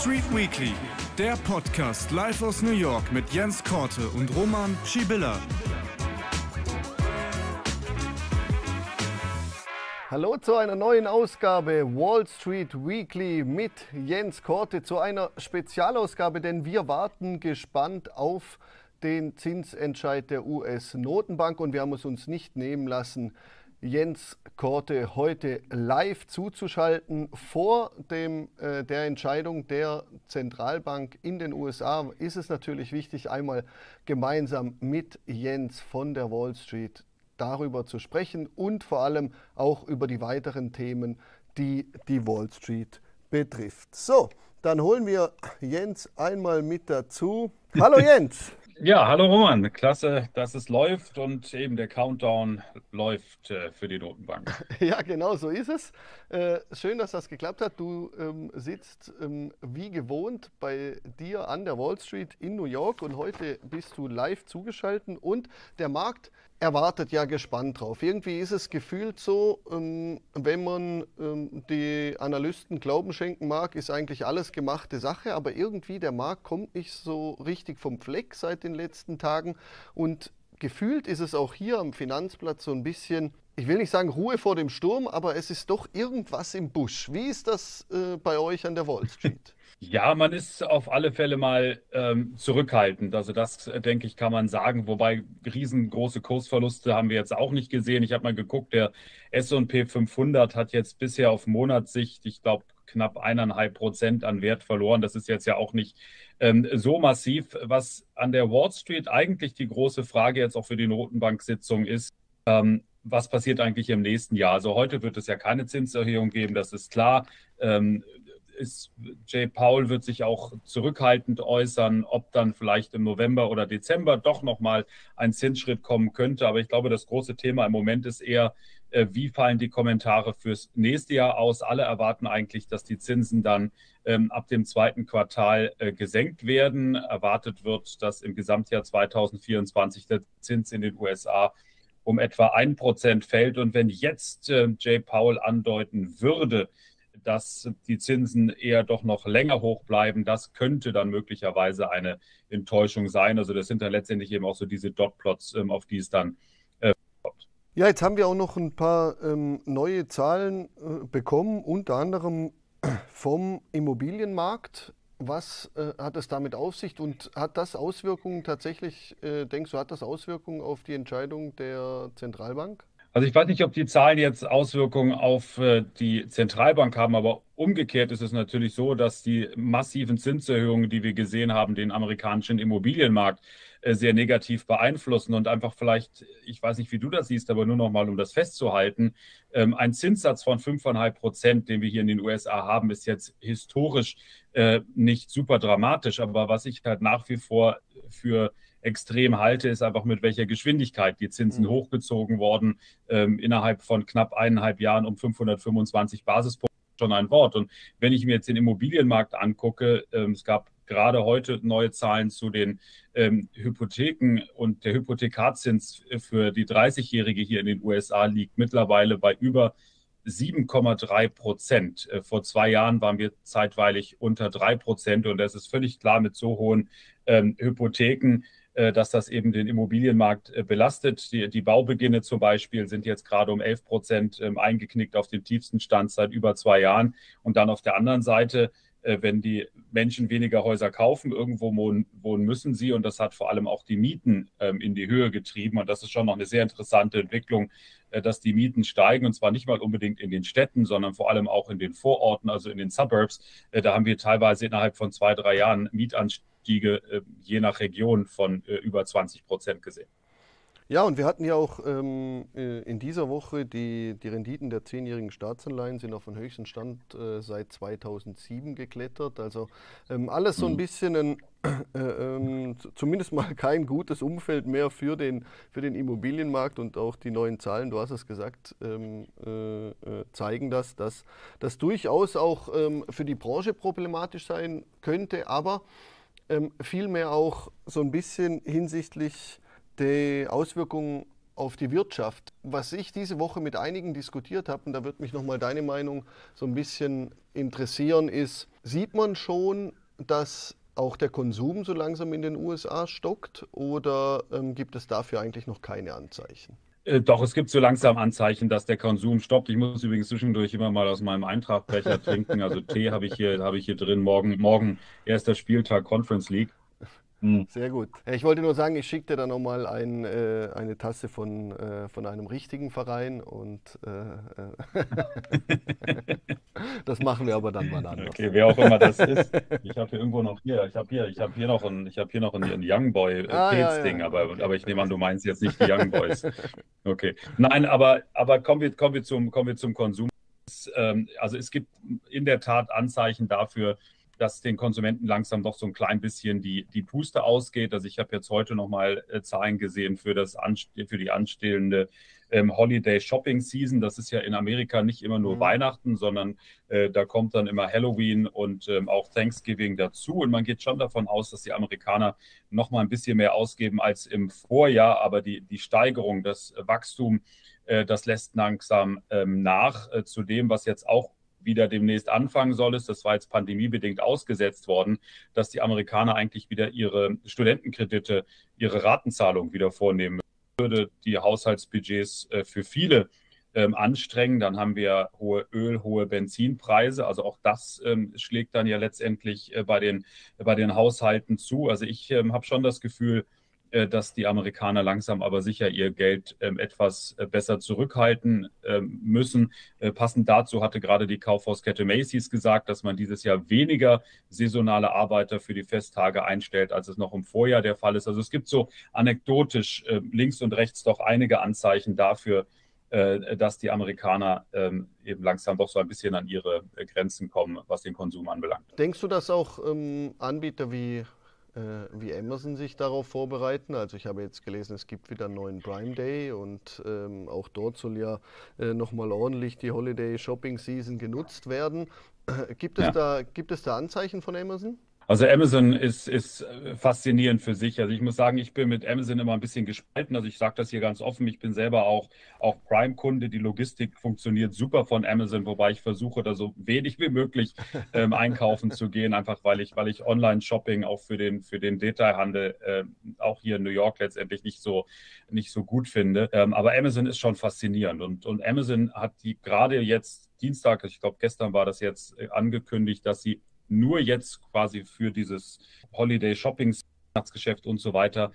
Street Weekly, der Podcast live aus New York mit Jens Korte und Roman Schibilla. Hallo zu einer neuen Ausgabe Wall Street Weekly mit Jens Korte, zu einer Spezialausgabe, denn wir warten gespannt auf den Zinsentscheid der US-Notenbank und wir haben es uns nicht nehmen lassen, Jens Korte heute live zuzuschalten. Vor der Entscheidung der Zentralbank in den USA ist es natürlich wichtig, einmal gemeinsam mit Jens von der Wall Street darüber zu sprechen und vor allem auch über die weiteren Themen, die die Wall Street betrifft. So, dann holen wir Jens einmal mit dazu. Hallo Jens! Ja, hallo Roman, klasse, dass es läuft und eben der Countdown läuft für die Notenbank. Ja, genau so ist es. Schön, dass das geklappt hat. Du sitzt wie gewohnt bei dir an der Wall Street in New York und heute bist du live zugeschaltet und der Markt erwartet ja gespannt drauf. Irgendwie ist es gefühlt so, wenn man die Analysten Glauben schenken mag, ist eigentlich alles gemachte Sache, aber irgendwie der Markt kommt nicht so richtig vom Fleck seit den letzten Tagen und gefühlt ist es auch hier am Finanzplatz so ein bisschen, ich will nicht sagen Ruhe vor dem Sturm, aber es ist doch irgendwas im Busch. Wie ist das bei euch an der Wall Street? Ja, man ist auf alle Fälle mal zurückhaltend. Also das, denke ich, kann man sagen. Wobei riesengroße Kursverluste haben wir jetzt auch nicht gesehen. Ich habe mal geguckt, der S&P 500 hat jetzt bisher auf Monatssicht, ich glaube, knapp 1,5% an Wert verloren. Das ist jetzt ja auch nicht so massiv. Was an der Wall Street eigentlich die große Frage jetzt auch für die Notenbank-Sitzung ist, was passiert eigentlich im nächsten Jahr? Also heute wird es ja keine Zinserhöhung geben, das ist klar. Jay Powell wird sich auch zurückhaltend äußern, ob dann vielleicht im November oder Dezember doch nochmal ein Zinsschritt kommen könnte. Aber ich glaube, das große Thema im Moment ist eher, wie fallen die Kommentare fürs nächste Jahr aus? Alle erwarten eigentlich, dass die Zinsen dann ab dem zweiten Quartal gesenkt werden. Erwartet wird, dass im Gesamtjahr 2024 der Zins in den USA um etwa 1% fällt. Und wenn jetzt Jay Powell andeuten würde, dass die Zinsen eher doch noch länger hoch bleiben, das könnte dann möglicherweise eine Enttäuschung sein. Also das sind dann letztendlich eben auch so diese Dotplots, auf die es dann kommt. Ja, jetzt haben wir auch noch ein paar neue Zahlen bekommen, unter anderem vom Immobilienmarkt. Was hat es damit auf sich und hat das Auswirkungen tatsächlich, denkst du, hat das Auswirkungen auf die Entscheidung der Zentralbank? Also ich weiß nicht, ob die Zahlen jetzt Auswirkungen auf die Zentralbank haben, aber umgekehrt ist es natürlich so, dass die massiven Zinserhöhungen, die wir gesehen haben, den amerikanischen Immobilienmarkt sehr negativ beeinflussen und einfach vielleicht, ich weiß nicht, wie du das siehst, aber nur noch mal, um das festzuhalten, ein Zinssatz von 5,5%, den wir hier in den USA haben, ist jetzt historisch nicht super dramatisch, aber was ich halt nach wie vor für extrem halte, ist einfach mit welcher Geschwindigkeit die Zinsen hochgezogen worden, innerhalb von knapp 1,5 Jahren um 525 Basispunkte, schon ein Wort. Und wenn ich mir jetzt den Immobilienmarkt angucke, es gab gerade heute neue Zahlen zu den Hypotheken und der Hypothekarzins für die 30-Jährige hier in den USA liegt mittlerweile bei über 7,3%. Vor 2 Jahren waren wir zeitweilig unter 3% und das ist völlig klar mit so hohen Hypotheken, dass das eben den Immobilienmarkt belastet. Die Baubeginne zum Beispiel sind jetzt gerade um 11% eingeknickt auf den tiefsten Stand seit über 2 Jahren. Und dann auf der anderen Seite, wenn die Menschen weniger Häuser kaufen, irgendwo wohnen müssen sie. Und das hat vor allem auch die Mieten in die Höhe getrieben. Und das ist schon noch eine sehr interessante Entwicklung, dass die Mieten steigen. Und zwar nicht mal unbedingt in den Städten, sondern vor allem auch in den Vororten, also in den Suburbs. Da haben wir teilweise innerhalb von 2, 3 Jahren Mietanstiege je nach Region von über 20% gesehen. Ja, und wir hatten ja auch in dieser Woche die Renditen der 10-jährigen Staatsanleihen sind auf den höchsten Stand seit 2007 geklettert. Also alles so ein bisschen zumindest mal kein gutes Umfeld mehr für den Immobilienmarkt und auch die neuen Zahlen, du hast es gesagt, zeigen das, dass das durchaus auch für die Branche problematisch sein könnte, aber vielmehr auch so ein bisschen hinsichtlich die Auswirkungen auf die Wirtschaft. Was ich diese Woche mit einigen diskutiert habe, und da wird mich nochmal deine Meinung so ein bisschen interessieren, ist, sieht man schon, dass auch der Konsum so langsam in den USA stockt oder gibt es dafür eigentlich noch keine Anzeichen? Doch, es gibt so langsam Anzeichen, dass der Konsum stoppt. Ich muss übrigens zwischendurch immer mal aus meinem Eintrachtbecher trinken. Also Tee habe ich hier drin. Morgen erster Spieltag Conference League. Sehr gut. Ich wollte nur sagen, ich schicke dir dann nochmal eine Tasse von einem richtigen Verein und das machen wir aber dann mal anders. Okay, wer auch immer das ist. Ich habe hier irgendwo noch ich habe hier noch ein Young Boy Pilz-Ding, ja, aber, okay. aber ich nehme an, du meinst jetzt nicht die Young Boys. Okay. Nein, aber kommen wir zum Konsum. Also es gibt in der Tat Anzeichen dafür, dass den Konsumenten langsam doch so ein klein bisschen die Puste ausgeht. Also ich habe jetzt heute nochmal Zahlen gesehen für die anstehende Holiday Shopping Season. Das ist ja in Amerika nicht immer nur Weihnachten, sondern da kommt dann immer Halloween und auch Thanksgiving dazu. Und man geht schon davon aus, dass die Amerikaner nochmal ein bisschen mehr ausgeben als im Vorjahr. Aber die Steigerung, das Wachstum, das lässt langsam nach zu dem, was jetzt auch wieder demnächst anfangen soll, das war jetzt pandemiebedingt ausgesetzt worden, dass die Amerikaner eigentlich wieder ihre Studentenkredite, ihre Ratenzahlung wieder vornehmen würde, die Haushaltsbudgets für viele anstrengen. Dann haben wir hohe hohe Benzinpreise. Also auch das schlägt dann ja letztendlich bei den Haushalten zu. Also ich habe schon das Gefühl, dass die Amerikaner langsam aber sicher ihr Geld etwas besser zurückhalten müssen. Passend dazu hatte gerade die Kaufhauskette Macy's gesagt, dass man dieses Jahr weniger saisonale Arbeiter für die Festtage einstellt, als es noch im Vorjahr der Fall ist. Also es gibt so anekdotisch links und rechts doch einige Anzeichen dafür, dass die Amerikaner eben langsam doch so ein bisschen an ihre Grenzen kommen, was den Konsum anbelangt. Denkst du, dass auch Anbieter wie Amazon sich darauf vorbereiten? Also ich habe jetzt gelesen, es gibt wieder einen neuen Prime Day und auch dort soll ja nochmal ordentlich die Holiday Shopping Season genutzt werden. Gibt es da Anzeichen von Amazon? Also Amazon ist faszinierend für sich. Also ich muss sagen, ich bin mit Amazon immer ein bisschen gespalten. Also ich sage das hier ganz offen, ich bin selber auch Prime-Kunde. Die Logistik funktioniert super von Amazon, wobei ich versuche, da so wenig wie möglich einkaufen zu gehen, einfach weil ich Online-Shopping auch für den Detailhandel auch hier in New York letztendlich nicht so gut finde. Aber Amazon ist schon faszinierend und Amazon hat die gerade jetzt Dienstag, ich glaube gestern war das jetzt angekündigt, dass sie nur jetzt quasi für dieses Holiday Shopping, Weihnachtsgeschäft und so weiter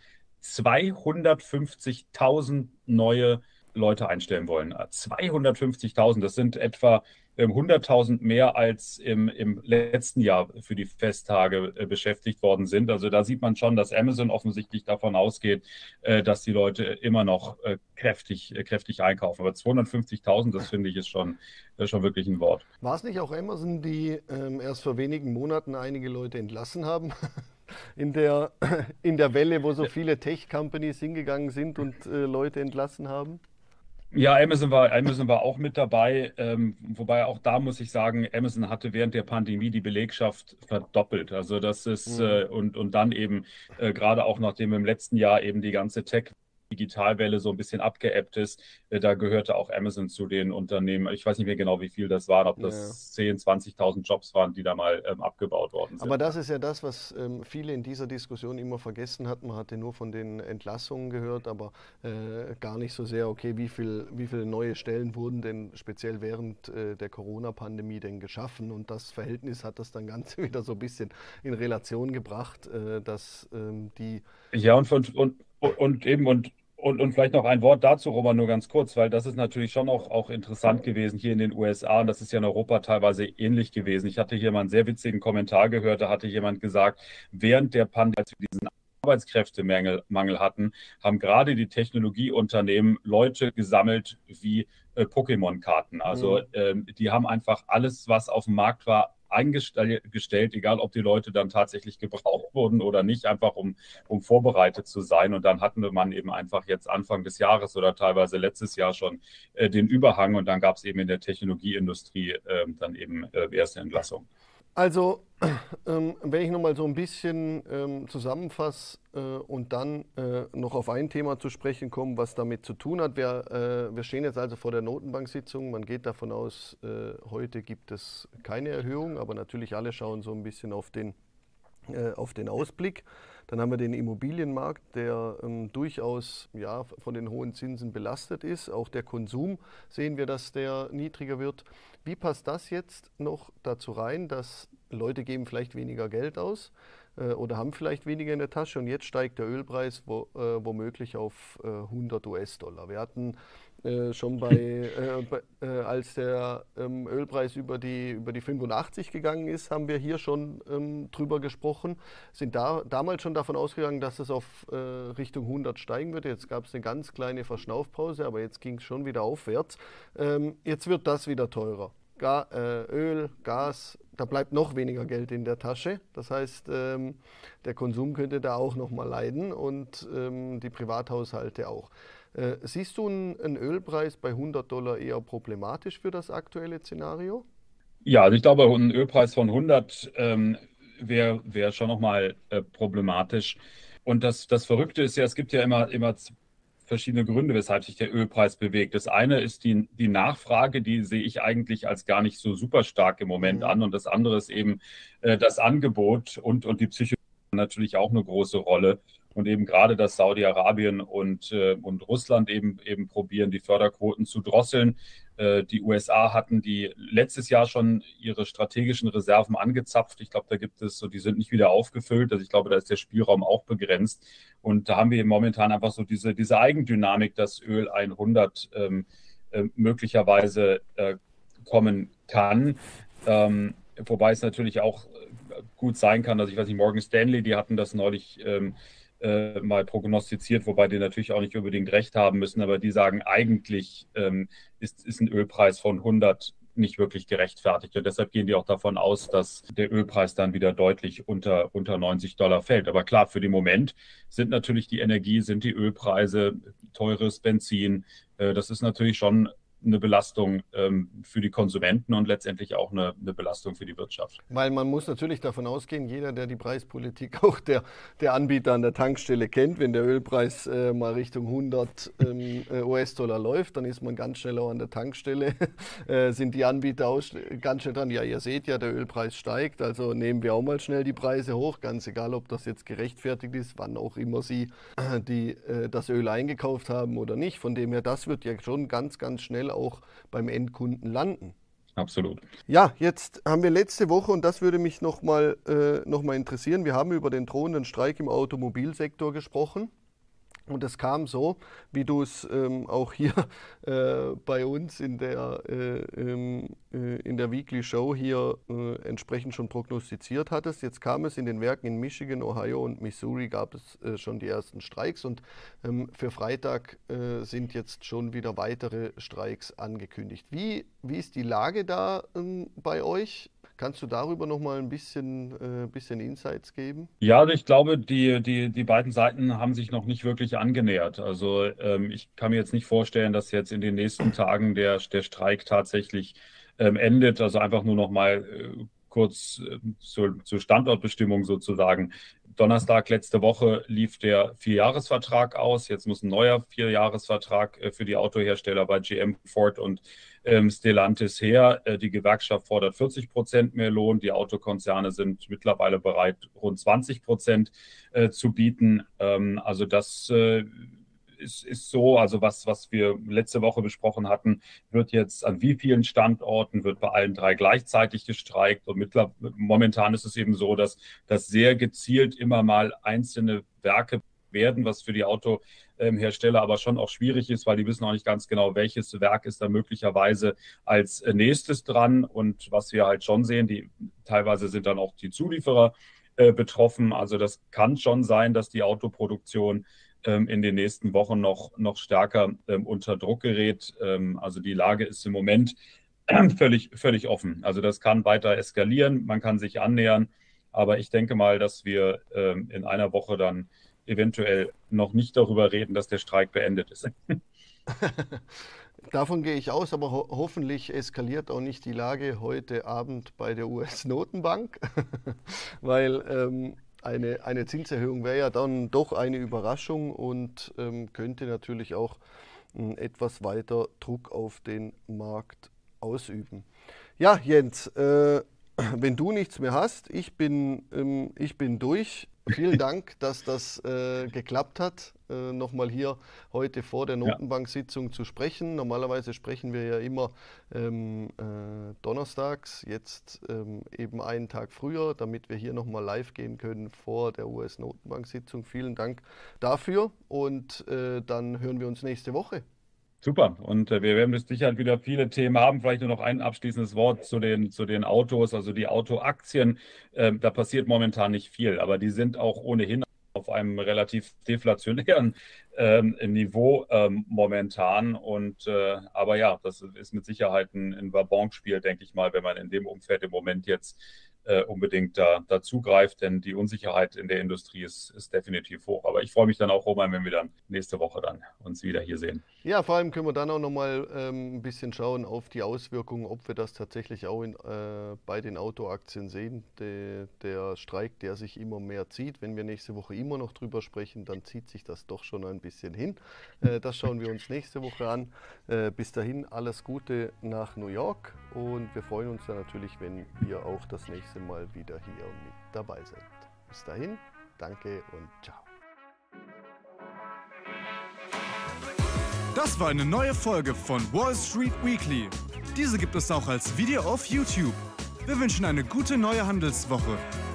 250.000 neue Leute einstellen wollen. 250.000, das sind etwa 100.000 mehr als im letzten Jahr für die Festtage beschäftigt worden sind. Also da sieht man schon, dass Amazon offensichtlich davon ausgeht, dass die Leute immer noch kräftig einkaufen. Aber 250.000, das finde ich, ist schon wirklich ein Wort. War es nicht auch Amazon, die erst vor wenigen Monaten einige Leute entlassen haben? In der Welle, wo so viele Tech-Companies hingegangen sind und Leute entlassen haben? Ja, Amazon war auch mit dabei, wobei auch da muss ich sagen, Amazon hatte während der Pandemie die Belegschaft verdoppelt. Also das ist und dann eben gerade auch nachdem im letzten Jahr eben die ganze Digitalwelle so ein bisschen abgeebbt ist, da gehörte auch Amazon zu den Unternehmen. Ich weiß nicht mehr genau, wie viel das waren, ob das 10.000, 20.000 Jobs waren, die da mal abgebaut worden sind. Aber das ist ja das, was viele in dieser Diskussion immer vergessen hatten. Man hatte nur von den Entlassungen gehört, aber gar nicht so sehr, okay, wie viele neue Stellen wurden denn speziell während der Corona-Pandemie denn geschaffen? Und das Verhältnis hat das dann Ganze wieder so ein bisschen in Relation gebracht, dass die... Ja, und vielleicht noch ein Wort dazu, Roman, nur ganz kurz, weil das ist natürlich schon auch interessant gewesen hier in den USA und das ist ja in Europa teilweise ähnlich gewesen. Ich hatte hier mal einen sehr witzigen Kommentar gehört, da hatte jemand gesagt, während der Pandemie, als wir diesen Arbeitskräftemangel hatten, haben gerade die Technologieunternehmen Leute gesammelt wie Pokémon-Karten. Also die haben einfach alles, was auf dem Markt war, eingestellt, egal ob die Leute dann tatsächlich gebraucht wurden oder nicht, einfach um vorbereitet zu sein. Und dann hatten man eben einfach jetzt Anfang des Jahres oder teilweise letztes Jahr schon den Überhang und dann gab es eben in der Technologieindustrie dann eben erste Entlassung. Also, wenn ich nochmal so ein bisschen zusammenfasse und dann noch auf ein Thema zu sprechen komme, was damit zu tun hat. Wir stehen jetzt also vor der Notenbank-Sitzung. Man geht davon aus, heute gibt es keine Erhöhung, aber natürlich alle schauen so ein bisschen auf den Ausblick. Dann haben wir den Immobilienmarkt, der durchaus ja, von den hohen Zinsen belastet ist. Auch der Konsum sehen wir, dass der niedriger wird. Wie passt das jetzt noch dazu rein, dass Leute geben vielleicht weniger Geld aus oder haben vielleicht weniger in der Tasche und jetzt steigt der Ölpreis womöglich auf 100 US-Dollar. Wir hatten schon als der Ölpreis über die 85 gegangen ist, haben wir hier schon drüber gesprochen, sind damals schon davon ausgegangen, dass es auf Richtung 100 steigen würde. Jetzt gab es eine ganz kleine Verschnaufpause, aber jetzt ging es schon wieder aufwärts. Jetzt wird das wieder teurer. Öl, Gas, da bleibt noch weniger Geld in der Tasche. Das heißt, der Konsum könnte da auch nochmal leiden und die Privathaushalte auch. Siehst du einen Ölpreis bei 100 Dollar eher problematisch für das aktuelle Szenario? Ja, also ich glaube, ein Ölpreis von 100 wäre schon nochmal problematisch. Und das Verrückte ist ja, es gibt ja immer verschiedene Gründe, weshalb sich der Ölpreis bewegt. Das eine ist die Nachfrage, die sehe ich eigentlich als gar nicht so super stark im Moment an. Und das andere ist eben das Angebot und die Psychologie natürlich auch eine große Rolle. Und eben gerade, dass Saudi-Arabien und Russland eben probieren, die Förderquoten zu drosseln. Die USA hatten die letztes Jahr schon ihre strategischen Reserven angezapft. Ich glaube, da gibt es so, die sind nicht wieder aufgefüllt. Also ich glaube, da ist der Spielraum auch begrenzt. Und da haben wir momentan einfach so diese Eigendynamik, dass Öl 100 möglicherweise kommen kann. Wobei es natürlich auch gut sein kann, dass ich weiß nicht, Morgan Stanley, die hatten das neulich mal prognostiziert, wobei die natürlich auch nicht unbedingt recht haben müssen, aber die sagen, eigentlich ist ein Ölpreis von 100 nicht wirklich gerechtfertigt. Und deshalb gehen die auch davon aus, dass der Ölpreis dann wieder deutlich unter 90 Dollar fällt. Aber klar, für den Moment sind natürlich die Energie, sind die Ölpreise, teures Benzin. Das ist natürlich schon eine Belastung für die Konsumenten und letztendlich auch eine Belastung für die Wirtschaft. Weil man muss natürlich davon ausgehen, jeder, der die Preispolitik auch der Anbieter an der Tankstelle kennt, wenn der Ölpreis mal Richtung 100 US-Dollar läuft, dann ist man ganz schnell auch an der Tankstelle, sind die Anbieter auch ganz schnell dran, ja, ihr seht ja, der Ölpreis steigt, also nehmen wir auch mal schnell die Preise hoch, ganz egal, ob das jetzt gerechtfertigt ist, wann auch immer sie das Öl eingekauft haben oder nicht. Von dem her, das wird ja schon ganz, ganz schnell auch beim Endkunden landen. Absolut. Ja, jetzt haben wir letzte Woche, und das würde mich noch mal interessieren, wir haben über den drohenden Streik im Automobilsektor gesprochen. Und es kam so, wie du es auch hier bei uns in der Weekly Show hier entsprechend schon prognostiziert hattest. Jetzt kam es in den Werken in Michigan, Ohio und Missouri, gab es schon die ersten Streiks. Und für Freitag sind jetzt schon wieder weitere Streiks angekündigt. Wie ist die Lage da bei euch? Kannst du darüber noch mal ein bisschen Insights geben? Ja, also ich glaube, die beiden Seiten haben sich noch nicht wirklich angenähert. Also ich kann mir jetzt nicht vorstellen, dass jetzt in den nächsten Tagen der Streik tatsächlich endet. Also einfach nur noch mal kurz zur Standortbestimmung sozusagen. Donnerstag letzte Woche lief der Vierjahresvertrag aus. Jetzt muss ein neuer Vierjahresvertrag für die Autohersteller bei GM, Ford und Stellantis her. Die Gewerkschaft fordert 40% mehr Lohn. Die Autokonzerne sind mittlerweile bereit, rund 20% zu bieten. Also das ist so, also was wir letzte Woche besprochen hatten, wird jetzt an wie vielen Standorten, wird bei allen drei gleichzeitig gestreikt. Und momentan ist es eben so, dass sehr gezielt immer mal einzelne Werke werden, was für die Autohersteller aber schon auch schwierig ist, weil die wissen auch nicht ganz genau, welches Werk ist da möglicherweise als nächstes dran. Und was wir halt schon sehen, teilweise sind dann auch die Zulieferer betroffen. Also das kann schon sein, dass die Autoproduktion in den nächsten Wochen noch stärker unter Druck gerät. Also die Lage ist im Moment völlig offen. Also das kann weiter eskalieren, man kann sich annähern, aber ich denke mal, dass wir in einer Woche dann eventuell noch nicht darüber reden, dass der Streik beendet ist. Davon gehe ich aus, aber hoffentlich eskaliert auch nicht die Lage heute Abend bei der US-Notenbank, weil eine Zinserhöhung wäre ja dann doch eine Überraschung und könnte natürlich auch etwas weiter Druck auf den Markt ausüben. Ja, Jens, wenn du nichts mehr hast, ich bin durch. Vielen Dank, dass das geklappt hat, nochmal hier heute vor der Notenbank-Sitzung zu sprechen. Normalerweise sprechen wir ja immer donnerstags, jetzt eben einen Tag früher, damit wir hier nochmal live gehen können vor der US-Notenbank-Sitzung. Vielen Dank dafür und dann hören wir uns nächste Woche. Super. Und wir werden mit Sicherheit wieder viele Themen haben. Vielleicht nur noch ein abschließendes Wort zu den Autos, also die Autoaktien. Da passiert momentan nicht viel, aber die sind auch ohnehin auf einem relativ deflationären Niveau momentan. Aber ja, das ist mit Sicherheit ein Wabonspiel, denke ich mal, wenn man in dem Umfeld im Moment jetzt unbedingt da zugreift, denn die Unsicherheit in der Industrie ist definitiv hoch. Aber ich freue mich dann auch, Roman, wenn wir dann nächste Woche dann uns wieder hier sehen. Ja, vor allem können wir dann auch nochmal ein bisschen schauen auf die Auswirkungen, ob wir das tatsächlich auch bei den Autoaktien sehen. Der Streik, der sich immer mehr zieht, wenn wir nächste Woche immer noch drüber sprechen, dann zieht sich das doch schon ein bisschen hin. Das schauen wir uns nächste Woche an. Bis dahin alles Gute nach New York und wir freuen uns dann natürlich, wenn ihr auch das nächste Mal wieder hier mit dabei seid. Bis dahin, danke und ciao. Das war eine neue Folge von Wall Street Weekly. Diese gibt es auch als Video auf YouTube. Wir wünschen eine gute neue Handelswoche.